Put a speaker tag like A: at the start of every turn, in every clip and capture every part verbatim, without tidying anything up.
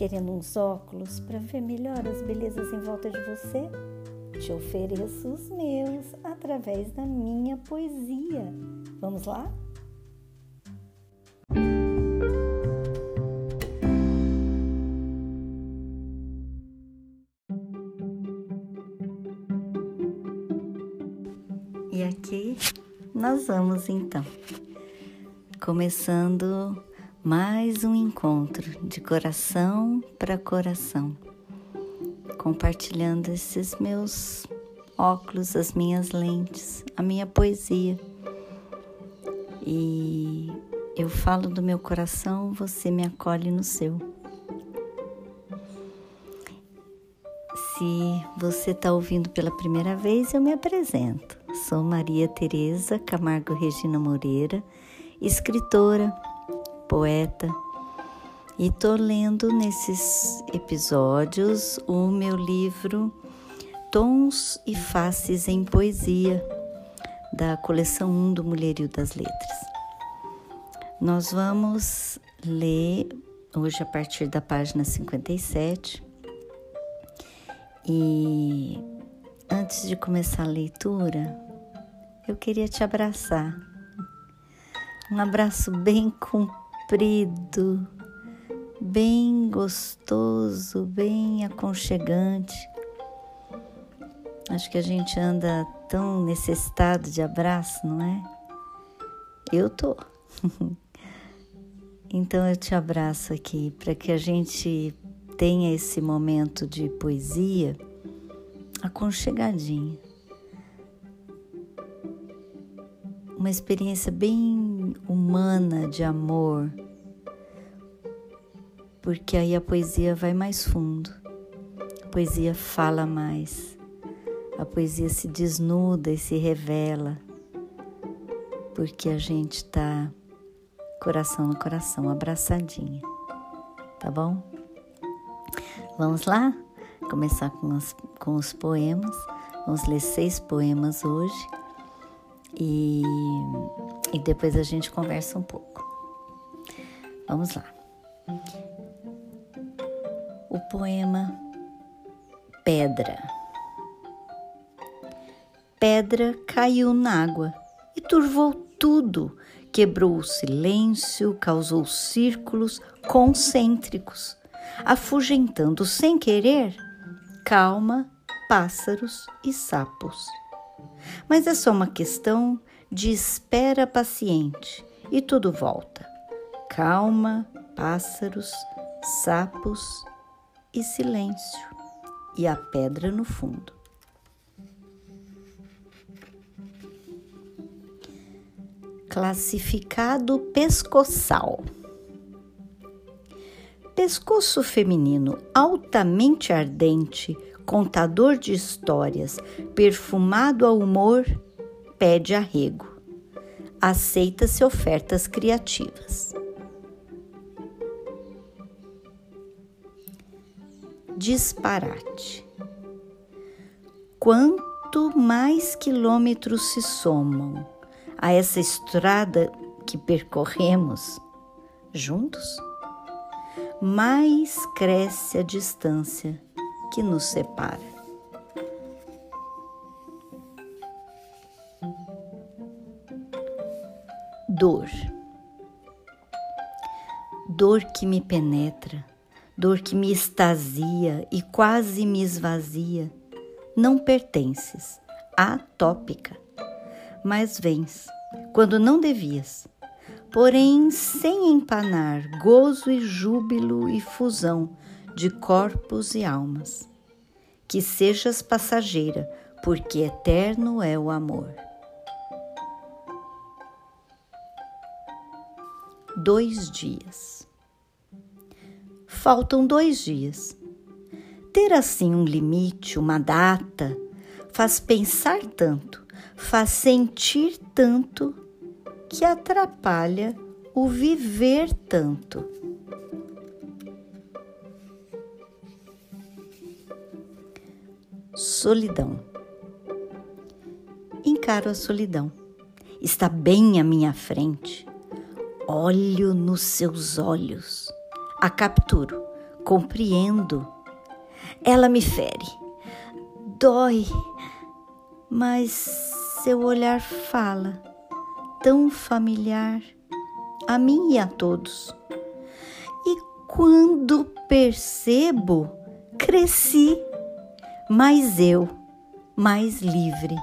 A: querendo uns óculos para ver melhor as belezas em volta de você? Te ofereço os meus através da minha poesia. Vamos lá? E aqui nós vamos então, começando mais um encontro de coração para coração, compartilhando esses meus óculos, as minhas lentes, a minha poesia. E eu falo do meu coração, você me acolhe no seu. Se você está ouvindo pela primeira vez, eu me apresento. Sou Maria Tereza Camargo Regina Moreira, escritora, poeta, e estou lendo nesses episódios o meu livro Tons e Faces em Poesia, da coleção um do Mulherio das Letras. Nós vamos ler hoje a partir da página cinquenta e sete e antes de começar a leitura, eu queria te abraçar. Um abraço bem comprido, bem gostoso, bem aconchegante. Acho que a gente anda tão necessitado de abraço, não é? Eu tô. Então eu te abraço aqui para que a gente tenha esse momento de poesia aconchegadinha. Uma experiência bem humana de amor, porque aí a poesia vai mais fundo, a poesia fala mais, a poesia se desnuda e se revela, porque a gente está coração no coração, abraçadinha, tá bom? Vamos lá? Começar com, as, com os poemas. Vamos ler seis poemas hoje e, e depois a gente conversa um pouco. Vamos lá. O poema Pedra. Pedra caiu na água e turvou tudo, quebrou o silêncio, causou círculos concêntricos, afugentando sem querer calma, pássaros e sapos. Mas é só uma questão de espera paciente e tudo volta. Calma, pássaros, sapos e silêncio, e a pedra no fundo. Classificado pescoçal. Pescoço feminino altamente ardente, contador de histórias, perfumado ao humor, pede arrego. Aceita-se ofertas criativas. Disparate. Quanto mais quilômetros se somam a essa estrada que percorremos juntos, mais cresce a distância que nos separa. Dor. Dor que me penetra, dor que me extasia e quase me esvazia. Não pertences, atópica, mas vens quando não devias, porém sem empanar gozo e júbilo e fusão de corpos e almas. Que sejas passageira, porque eterno é o amor. Dois dias. Faltam dois dias. Ter assim um limite, uma data, faz pensar tanto, faz sentir tanto, que atrapalha o viver tanto. Solidão. Encaro a solidão. Está bem à minha frente. Olho nos seus olhos. A capturo compreendo. Ela me fere, dói, mas seu olhar fala, tão familiar, a mim e a todos. E quando percebo, cresci, mais eu, mais livre.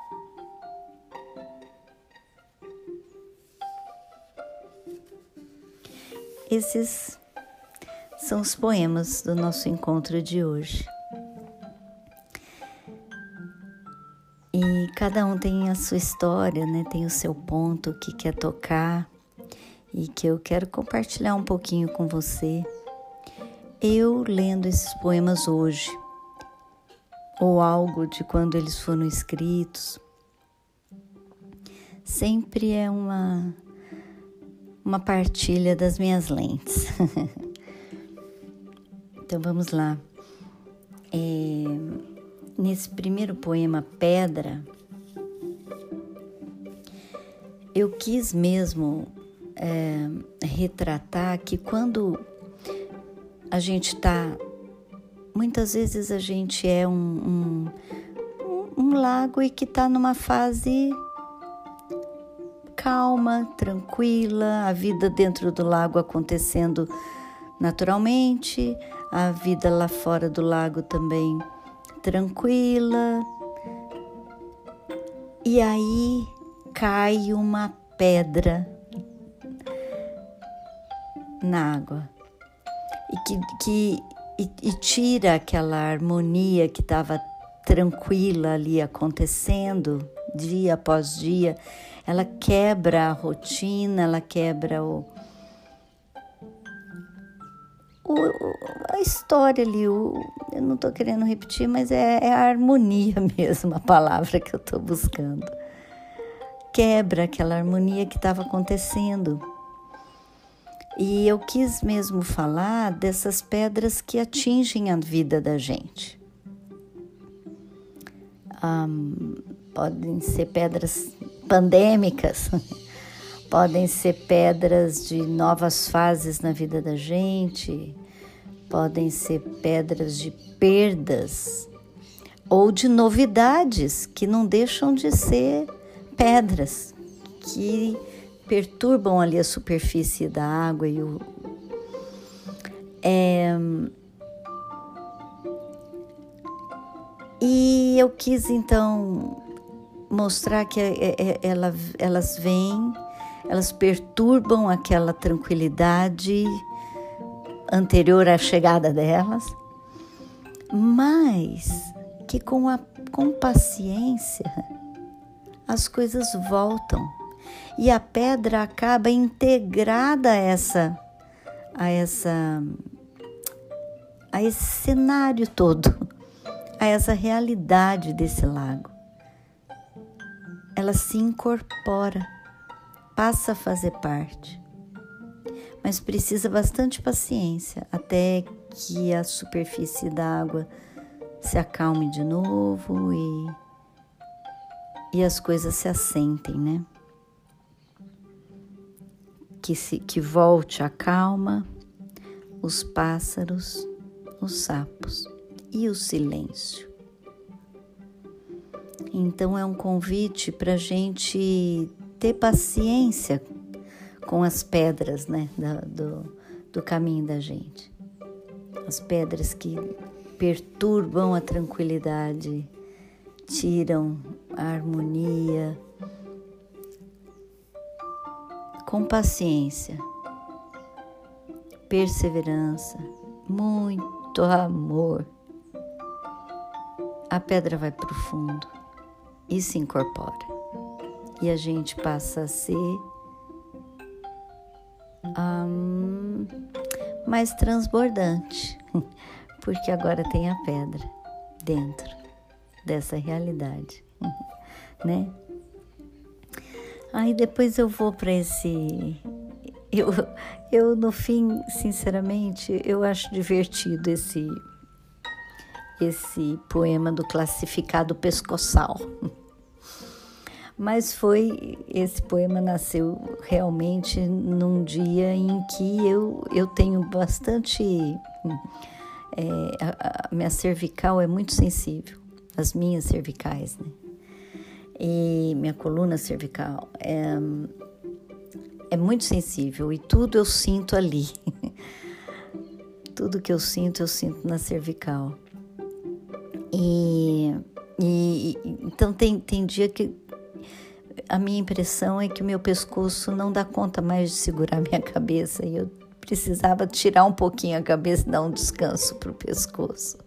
A: Esses são os poemas do nosso encontro de hoje. E cada um tem a sua história, né? Tem o seu ponto que quer tocar e que eu quero compartilhar um pouquinho com você. Eu lendo esses poemas hoje, ou algo de quando eles foram escritos, sempre é uma, uma partilha das minhas lentes. Então vamos lá. É, nesse primeiro poema, Pedra, eu quis mesmo é, retratar que quando a gente está, muitas vezes a gente é um, um, um lago e que está numa fase calma, tranquila, a vida dentro do lago acontecendo naturalmente, a vida lá fora do lago também tranquila. E aí cai uma pedra na água e que, que e, e tira aquela harmonia que estava tranquila ali acontecendo dia após dia. Ela quebra a rotina, ela quebra o O, a história ali, o, eu não estou querendo repetir, mas é, é a harmonia mesmo, a palavra que eu estou buscando. Quebra aquela harmonia que estava acontecendo. E eu quis mesmo falar dessas pedras que atingem a vida da gente. Um, podem ser pedras pandêmicas, podem ser pedras de novas fases na vida da gente, podem ser pedras de perdas ou de novidades que não deixam de ser pedras, que perturbam ali a superfície da água e o... É, e eu quis então mostrar que ela, elas vêm, elas perturbam aquela tranquilidade anterior à chegada delas, mas que com, a, com paciência as coisas voltam e a pedra acaba integrada a essa, a essa, a esse cenário todo, a essa realidade desse lago. Ela se incorpora, passa a fazer parte, mas precisa bastante paciência até que a superfície da água se acalme de novo e, e as coisas se assentem, né? Que, se, que volte a calma, os pássaros, os sapos e o silêncio. Então é um convite para a gente ter paciência com as pedras, né, do, do caminho da gente. As pedras que perturbam a tranquilidade, tiram a harmonia. Com paciência, perseverança, muito amor, a pedra vai para o fundo e se incorpora. E a gente passa a ser um, mais transbordante, porque agora tem a pedra dentro dessa realidade, né? Aí depois eu vou para esse... Eu, eu, no fim, sinceramente, eu acho divertido esse, esse poema do classificado pescoçal. Mas foi... Esse poema nasceu realmente num dia em que eu, eu tenho bastante É, a, a minha cervical é muito sensível, as minhas cervicais, né? E minha coluna cervical é, é muito sensível e tudo eu sinto ali. Tudo que eu sinto, eu sinto na cervical. E, e então tem, tem dia que a minha impressão é que o meu pescoço não dá conta mais de segurar a minha cabeça e eu precisava tirar um pouquinho a cabeça e dar um descanso para o pescoço.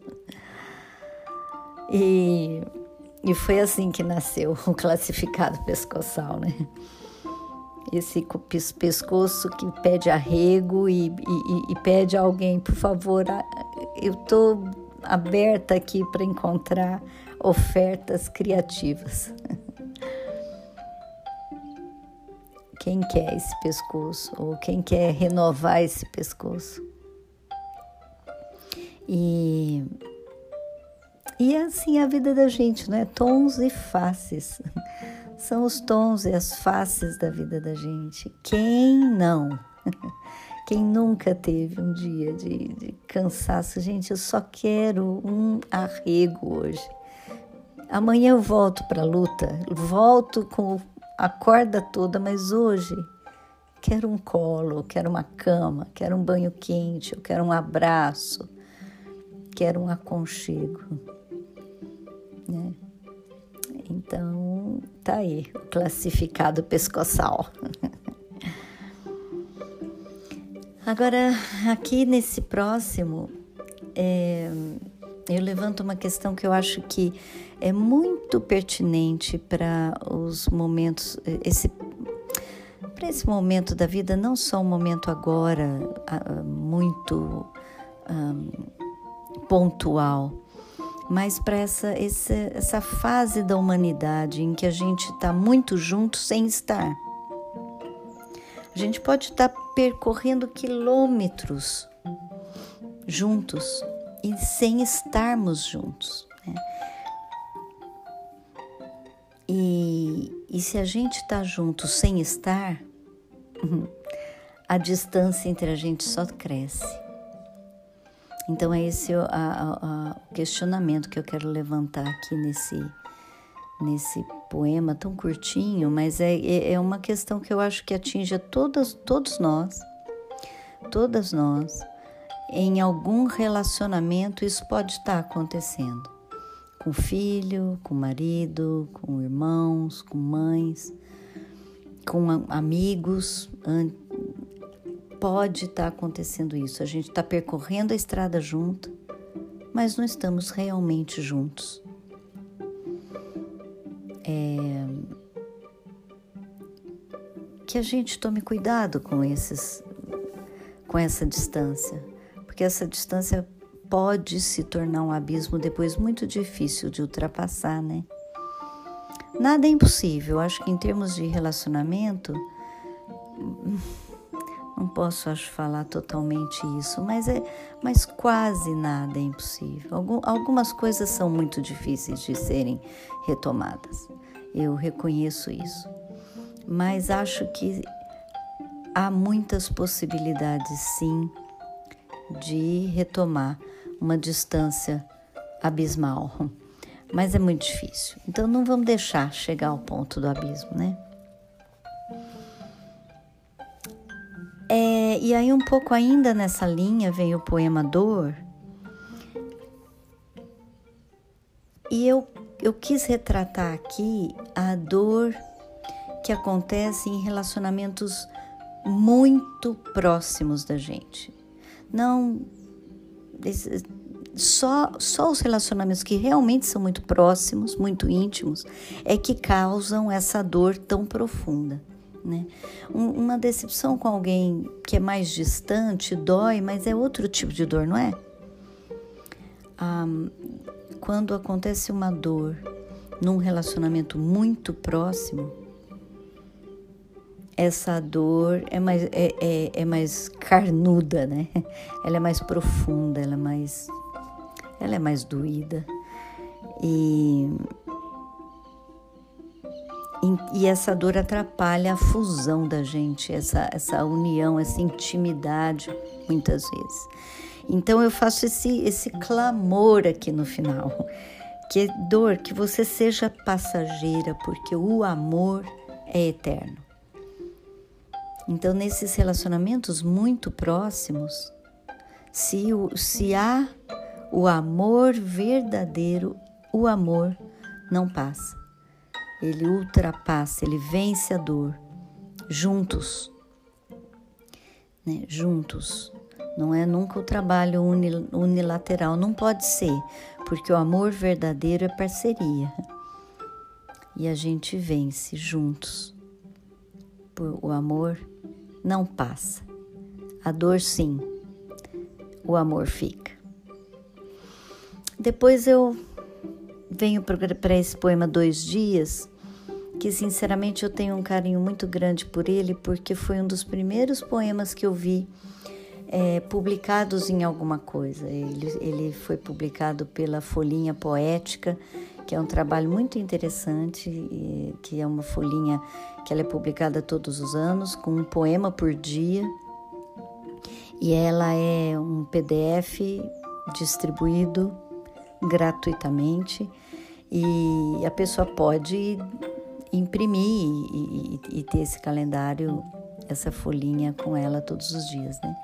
A: E, e foi assim que nasceu o classificado pescoçal, né? Esse pescoço que pede arrego e, e, e pede a alguém, por favor, eu estou aberta aqui para encontrar ofertas criativas. Quem quer esse pescoço? Ou quem quer renovar esse pescoço? E, e é assim a vida da gente, né? Tons e faces. São os tons e as faces da vida da gente. Quem não? Quem nunca teve um dia de, de cansaço? Gente, eu só quero um arrego hoje. Amanhã eu volto para a luta, volto com a corda toda, mas hoje quero um colo, quero uma cama, quero um banho quente, eu quero um abraço, quero um aconchego, né? Então, tá aí, o classificado pescoçal. Agora, aqui nesse próximo, é, eu levanto uma questão que eu acho que é muito pertinente para os momentos, esse, para esse momento da vida, não só um momento agora muito um, pontual, mas para essa, essa, essa fase da humanidade em que a gente está muito junto sem estar. A gente pode estar percorrendo quilômetros juntos e sem estarmos juntos, né? E, e se a gente está junto sem estar, a distância entre a gente só cresce. Então é esse o, a, a, o questionamento que eu quero levantar aqui nesse, nesse poema tão curtinho, mas é, é uma questão que eu acho que atinge a todas, todos nós, todas nós. Em algum relacionamento isso pode estar acontecendo. Com filho, com marido, com irmãos, com mães, com amigos. Pode estar acontecendo isso. A gente está percorrendo a estrada junto, mas não estamos realmente juntos. É... Que a gente tome cuidado com, esses, com essa distância, porque essa distância pode se tornar um abismo depois muito difícil de ultrapassar, né? Nada é impossível. Acho que em termos de relacionamento, não posso, acho, falar totalmente isso, mas, é, mas quase nada é impossível. Algum, algumas coisas são muito difíceis de serem retomadas. Eu reconheço isso. Mas acho que há muitas possibilidades, sim, de retomar uma distância abismal. Mas é muito difícil. Então não vamos deixar chegar ao ponto do abismo, né? É, e aí um pouco ainda nessa linha vem o poema Dor. E eu, eu quis retratar aqui a dor que acontece em relacionamentos muito próximos da gente. Não, só, só os relacionamentos que realmente são muito próximos, muito íntimos, é que causam essa dor tão profunda, né? Um, uma decepção com alguém que é mais distante dói, mas é outro tipo de dor, não é? Ah, quando acontece uma dor num relacionamento muito próximo, essa dor é mais, é, é, é mais carnuda, né? Ela é mais profunda, ela é mais, ela é mais doída. E, e, e essa dor atrapalha a fusão da gente, essa, essa união, essa intimidade, muitas vezes. Então eu faço esse, esse clamor aqui no final, que é dor, que você seja passageira, porque o amor é eterno. Então, nesses relacionamentos muito próximos, se, o, se há o amor verdadeiro, o amor não passa. Ele ultrapassa, ele vence a dor. Juntos, né? Juntos. Não é nunca o trabalho unilateral, não pode ser, porque o amor verdadeiro é parceria. E a gente vence juntos. O amor não passa. A dor, sim. O amor fica. Depois eu venho para esse poema Dois Dias, que sinceramente eu tenho um carinho muito grande por ele, porque foi um dos primeiros poemas que eu vi é, publicados em alguma coisa. Ele, ele foi publicado pela Folhinha Poética, que é um trabalho muito interessante, e, que é uma folhinha que ela é publicada todos os anos, com um poema por dia, e ela é um P D F distribuído gratuitamente, e a pessoa pode imprimir e, e, e ter esse calendário, essa folhinha com ela todos os dias, né?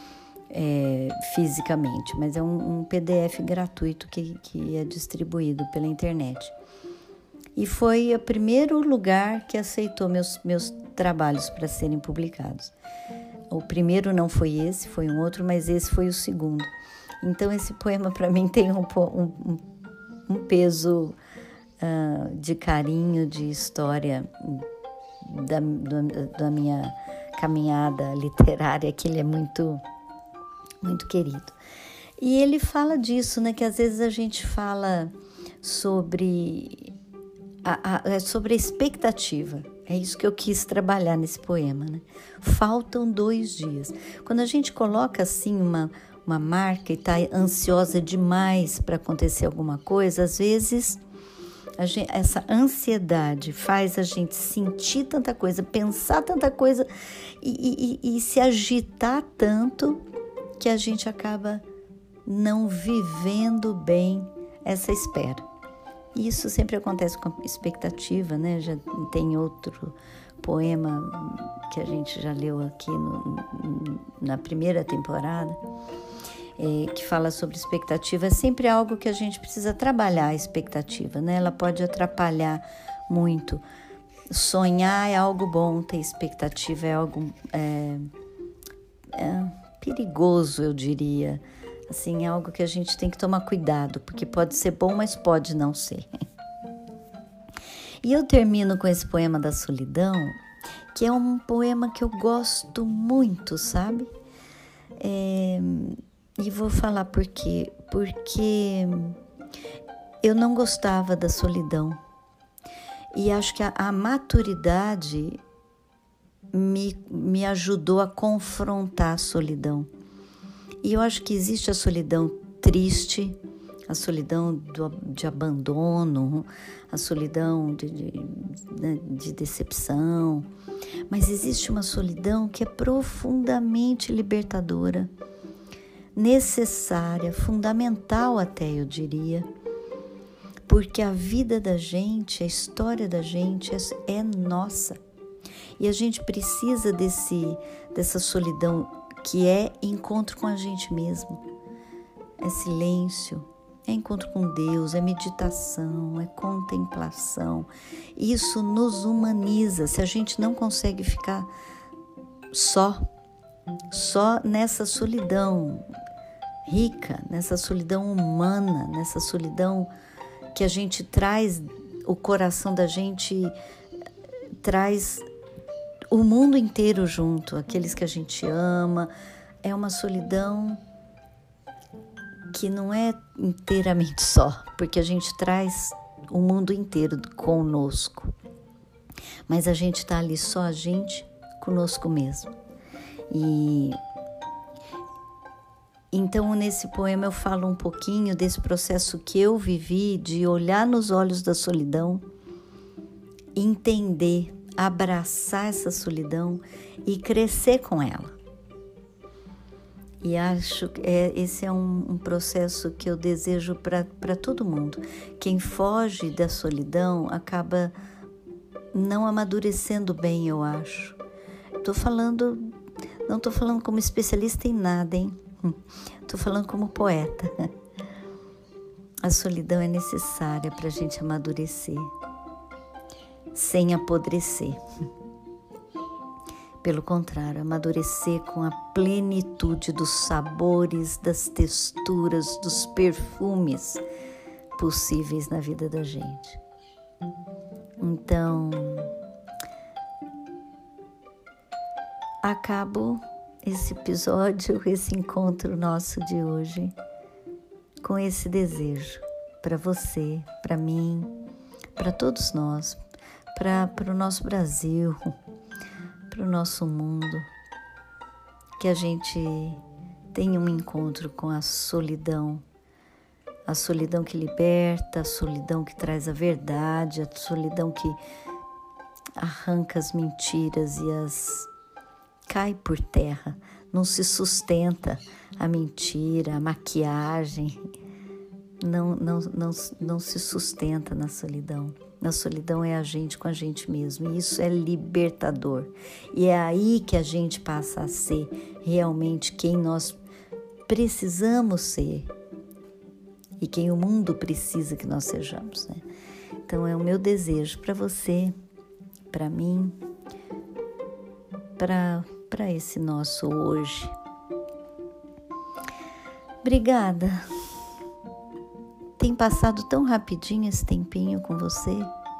A: É, fisicamente, mas é um, um P D F gratuito que, que é distribuído pela internet. E foi o primeiro lugar que aceitou meus, meus trabalhos para serem publicados. O primeiro não foi esse, foi um outro, mas esse foi o segundo. Então esse poema para mim tem um, um, um peso uh, de carinho, de história da, da, da minha caminhada literária, que ele é muito muito querido. E ele fala disso, né, que às vezes a gente fala sobre a, a, sobre a expectativa. É isso que eu quis trabalhar nesse poema, né? Faltam dois dias. Quando a gente coloca assim uma, uma marca e está ansiosa demais para acontecer alguma coisa, às vezes a gente, essa ansiedade faz a gente sentir tanta coisa, pensar tanta coisa e, e, e se agitar tanto que a gente acaba não vivendo bem essa espera. Isso sempre acontece com a expectativa, né? Já tem outro poema que a gente já leu aqui no, na primeira temporada, é, que fala sobre expectativa. É sempre algo que a gente precisa trabalhar, a expectativa, né? Ela pode atrapalhar muito. Sonhar é algo bom, ter expectativa é algo é, é, perigoso, eu diria. Assim, é algo que a gente tem que tomar cuidado, porque pode ser bom, mas pode não ser. E eu termino com esse poema da solidão, que é um poema que eu gosto muito, sabe? É, e vou falar por quê. Porque eu não gostava da solidão. E acho que a, a maturidade me, me ajudou a confrontar a solidão. E eu acho que existe a solidão triste, a solidão do, de abandono, a solidão de, de, de decepção, mas existe uma solidão que é profundamente libertadora, necessária, fundamental até, eu diria, porque a vida da gente, a história da gente é, é nossa. E a gente precisa desse, dessa solidão que é encontro com a gente mesmo. É silêncio, é encontro com Deus, é meditação, é contemplação. Isso nos humaniza. Se a gente não consegue ficar só, só nessa solidão rica, nessa solidão humana, nessa solidão que a gente traz, o coração da gente traz o mundo inteiro junto, aqueles que a gente ama. É uma solidão que não é inteiramente só, porque a gente traz o mundo inteiro conosco, mas a gente está ali só a gente conosco mesmo. E então nesse poema eu falo um pouquinho desse processo que eu vivi de olhar nos olhos da solidão, entender, abraçar essa solidão e crescer com ela. E acho que é, esse é um, um processo que eu desejo para todo mundo. Quem foge da solidão acaba não amadurecendo bem, eu acho. Estou falando, não estou falando como especialista em nada, hein? Estou falando como poeta. A solidão é necessária para a gente amadurecer, sem apodrecer. Pelo contrário, amadurecer com a plenitude dos sabores, das texturas, dos perfumes possíveis na vida da gente. Então, acabo esse episódio, esse encontro nosso de hoje, com esse desejo para você, para mim, para todos nós, para o nosso Brasil, para o nosso mundo, que a gente tenha um encontro com a solidão, a solidão que liberta, a solidão que traz a verdade, a solidão que arranca as mentiras e as cai por terra, não se sustenta a mentira, a maquiagem, não, não, não, não se sustenta na solidão. Na solidão é a gente com a gente mesmo, e isso é libertador. E é aí que a gente passa a ser realmente quem nós precisamos ser e quem o mundo precisa que nós sejamos, né? Então é o meu desejo para você, para mim, para para esse nosso hoje. Obrigada. Tem passado tão rapidinho esse tempinho com você.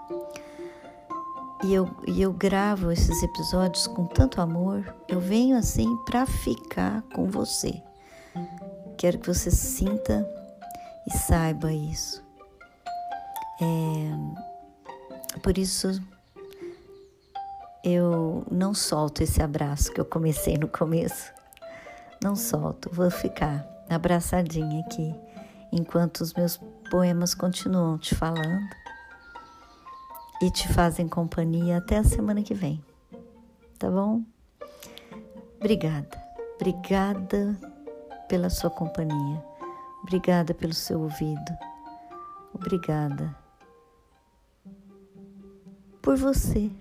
A: E eu, e eu gravo esses episódios com tanto amor. Eu venho assim para ficar com você. Quero que você sinta e saiba isso. É, por isso, eu não solto esse abraço que eu comecei no começo. Não solto, vou ficar abraçadinha aqui, enquanto os meus poemas continuam te falando e te fazem companhia até a semana que vem, tá bom? Obrigada, obrigada pela sua companhia, obrigada pelo seu ouvido, obrigada por você.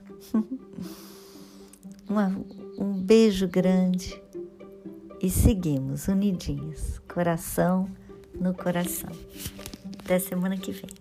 A: Uma, um beijo grande e seguimos unidinhos, coração no coração. Até semana que vem.